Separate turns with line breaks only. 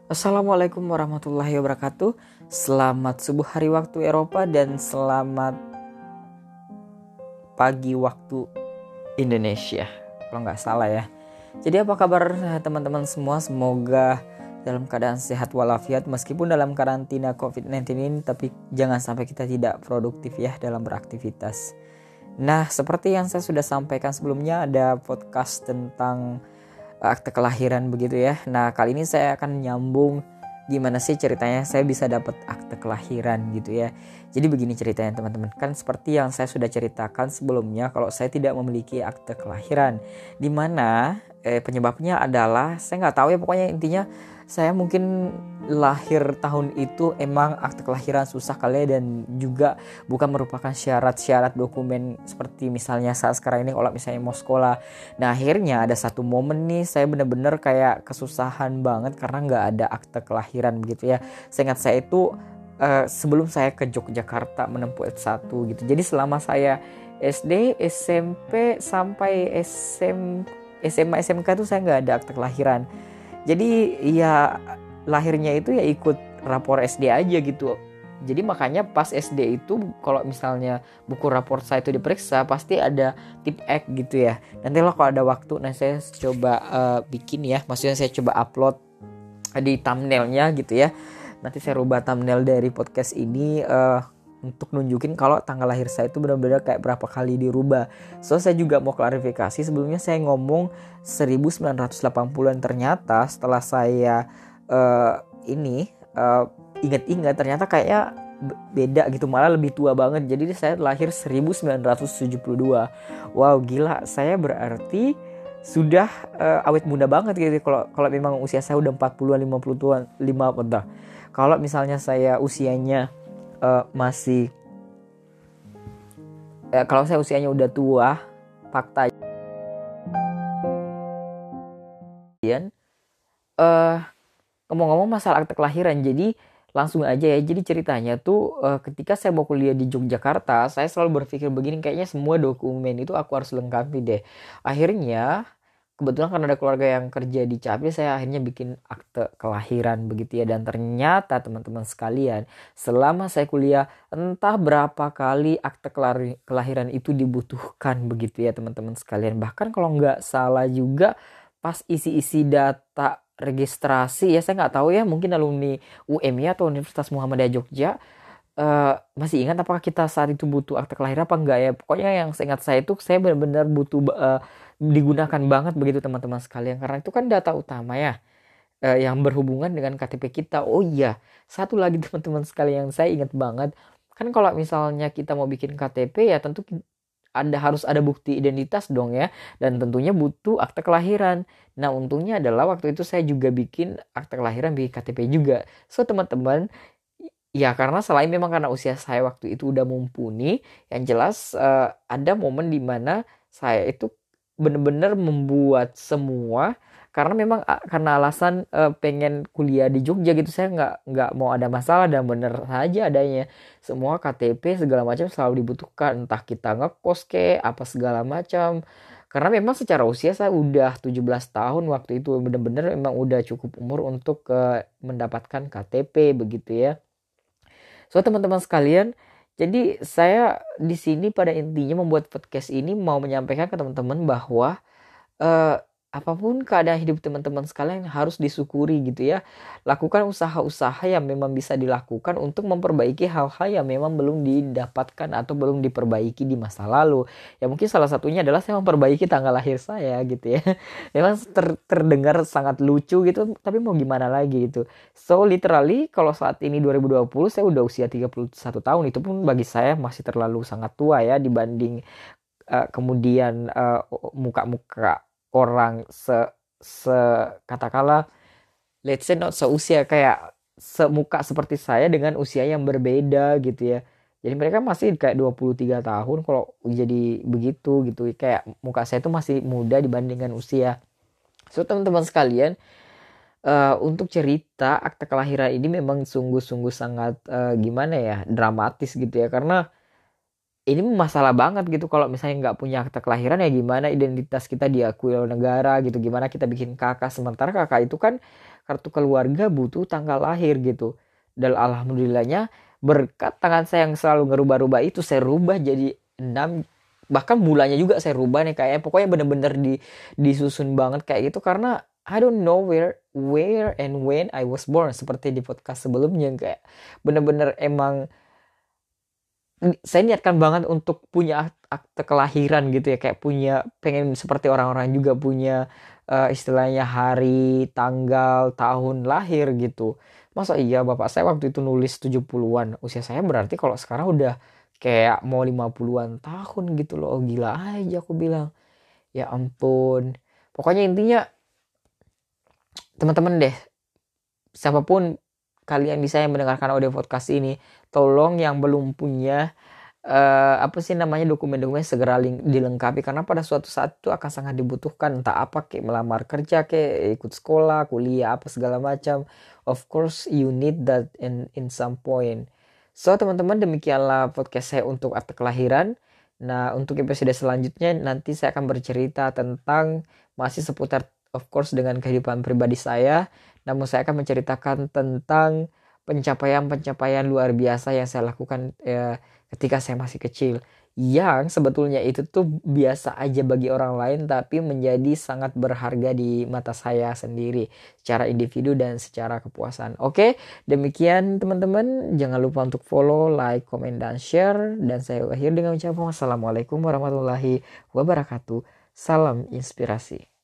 Assalamualaikum warahmatullahi wabarakatuh. Selamat subuh hari waktu Eropa dan selamat pagi waktu Indonesia, kalau nggak salah ya. Jadi apa kabar teman-teman semua? Semoga dalam keadaan sehat walafiat meskipun dalam karantina COVID-19 ini, tapi jangan sampai kita tidak produktif ya dalam beraktivitas. Nah, seperti yang saya sudah sampaikan sebelumnya, ada podcast tentang akte kelahiran begitu ya. Nah, kali ini saya akan nyambung gimana sih ceritanya saya bisa dapat akte kelahiran gitu ya. Jadi begini ceritanya teman-teman. Kan seperti yang saya sudah ceritakan sebelumnya, kalau saya tidak memiliki akte kelahiran, dimana penyebabnya adalah saya nggak tahu ya, pokoknya intinya saya mungkin lahir tahun itu emang akte kelahiran susah kali ya, dan juga bukan merupakan syarat-syarat dokumen seperti misalnya saat sekarang ini kalau misalnya mau sekolah. Nah, akhirnya ada satu momen nih saya bener-bener kayak kesusahan banget karena nggak ada akte kelahiran begitu ya. Seingat saya itu sebelum saya ke Yogyakarta menempuh S1 gitu. Jadi selama saya SD, SMP sampai SMA, SMK itu saya nggak ada akte kelahiran. Jadi ya lahirnya itu ya ikut rapor SD aja gitu. Jadi makanya pas SD itu kalau misalnya buku rapor saya itu diperiksa pasti ada tip X gitu ya. Nanti lah kalau ada waktu saya coba bikin ya. Maksudnya saya coba upload di thumbnailnya gitu ya. Nanti saya rubah thumbnail dari podcast ini untuk nunjukin kalau tanggal lahir saya itu benar-benar kayak berapa kali dirubah. So saya juga mau klarifikasi, sebelumnya saya ngomong 1980-an, ternyata setelah saya ingat-ingat ternyata kayaknya beda gitu, malah lebih tua banget. Jadi saya lahir 1972. Wow, gila, saya berarti sudah awet muda banget gitu. Kalau memang usia saya udah 40-an, 50-an, kalau misalnya saya usianya masih kalau saya usianya udah tua, fakta ngomong-ngomong masalah akte kelahiran, jadi langsung aja ya. Jadi ceritanya tuh ketika saya mau kuliah di Yogyakarta, saya selalu berpikir begini, kayaknya semua dokumen itu aku harus lengkapi deh. Akhirnya kebetulan karena ada keluarga yang kerja di Capil, saya akhirnya bikin akte kelahiran begitu ya. Dan ternyata teman-teman sekalian, selama saya kuliah entah berapa kali akte kelahiran itu dibutuhkan begitu ya teman-teman sekalian. Bahkan kalau nggak salah juga pas isi-isi data registrasi ya, saya nggak tahu ya, mungkin alumni UMI atau Universitas Muhammadiyah Jogja masih ingat apakah kita saat itu butuh akte kelahiran apa enggak ya. Pokoknya yang seingat saya itu saya benar-benar butuh digunakan banget begitu teman-teman sekalian, karena itu kan data utama ya, yang berhubungan dengan KTP kita. Oh iya, satu lagi teman-teman sekalian yang saya ingat banget, kan kalau misalnya kita mau bikin KTP ya tentu harus ada bukti identitas dong ya, dan tentunya butuh akte kelahiran. Nah, untungnya adalah waktu itu saya juga bikin akte kelahiran, bikin KTP juga. So teman-teman, ya karena selain memang karena usia saya waktu itu udah mumpuni, yang jelas ada momen dimana saya itu benar-benar membuat semua, karena memang karena alasan pengen kuliah di Jogja gitu. Saya nggak mau ada masalah, dan bener saja adanya semua KTP segala macam selalu dibutuhkan, entah kita ngekos ke apa segala macam. Karena memang secara usia saya udah 17 tahun waktu itu, bener-bener memang udah cukup umur untuk mendapatkan KTP begitu ya. So teman-teman sekalian, jadi saya di sini pada intinya membuat podcast ini mau menyampaikan ke teman-teman bahwa eh, apapun keadaan hidup teman-teman sekalian harus disyukuri gitu ya. Lakukan usaha-usaha yang memang bisa dilakukan untuk memperbaiki hal-hal yang memang belum didapatkan atau belum diperbaiki di masa lalu. Ya mungkin salah satunya adalah saya memperbaiki tanggal lahir saya gitu ya. Memang terdengar sangat lucu gitu, tapi mau gimana lagi gitu. So literally kalau saat ini 2020 saya udah usia 31 tahun, itu pun bagi saya masih terlalu sangat tua ya dibanding kemudian muka-muka orang se katakanlah, let's say not seusia, kayak semuka seperti saya dengan usia yang berbeda gitu ya. Jadi mereka masih kayak 23 tahun kalau jadi begitu gitu. Kayak muka saya itu masih muda dibandingkan usia. So teman-teman sekalian, untuk cerita akte kelahiran ini memang sungguh-sungguh sangat gimana ya, dramatis gitu ya. Karena ini masalah banget gitu kalau misalnya nggak punya akta kelahiran, ya gimana identitas kita diakui oleh negara gitu, gimana kita bikin kakak, sementara kakak itu kan kartu keluarga butuh tanggal lahir gitu. Dan alhamdulillahnya berkat tangan saya yang selalu ngerubah-rubah itu, saya rubah jadi 6, bahkan bulannya juga saya rubah nih, kayaknya pokoknya bener-bener disusun banget kayak gitu, karena I don't know where and when I was born, seperti di podcast sebelumnya. Kayak bener-bener emang saya niatkan banget untuk punya akte kelahiran gitu ya, kayak punya, pengen seperti orang-orang juga punya istilahnya hari, tanggal, tahun lahir gitu. Masa iya bapak saya waktu itu nulis 70-an, usia saya berarti kalau sekarang udah kayak mau 50-an tahun gitu loh. Oh, gila aja aku bilang. Ya ampun. Pokoknya intinya teman-teman deh, siapapun kalian bisa yang mendengarkan audio podcast ini, tolong yang belum punya apa sih namanya, dokumen-dokumen segera dilengkapi, karena pada suatu saat itu akan sangat dibutuhkan, entah apa, kayak melamar kerja, kayak ikut sekolah, kuliah, apa segala macam. Of course you need that in some point. So teman-teman, demikianlah podcast saya untuk akte kelahiran. Nah, untuk episode selanjutnya nanti saya akan bercerita tentang masih seputar, of course, dengan kehidupan pribadi saya, namun saya akan menceritakan tentang pencapaian-pencapaian luar biasa yang saya lakukan ketika saya masih kecil, yang sebetulnya itu tuh biasa aja bagi orang lain, tapi menjadi sangat berharga di mata saya sendiri secara individu dan secara kepuasan. Oke, demikian teman-teman, jangan lupa untuk follow, like, comment, dan share, dan saya akhir dengan ucapan wassalamualaikum warahmatullahi wabarakatuh. Salam inspirasi.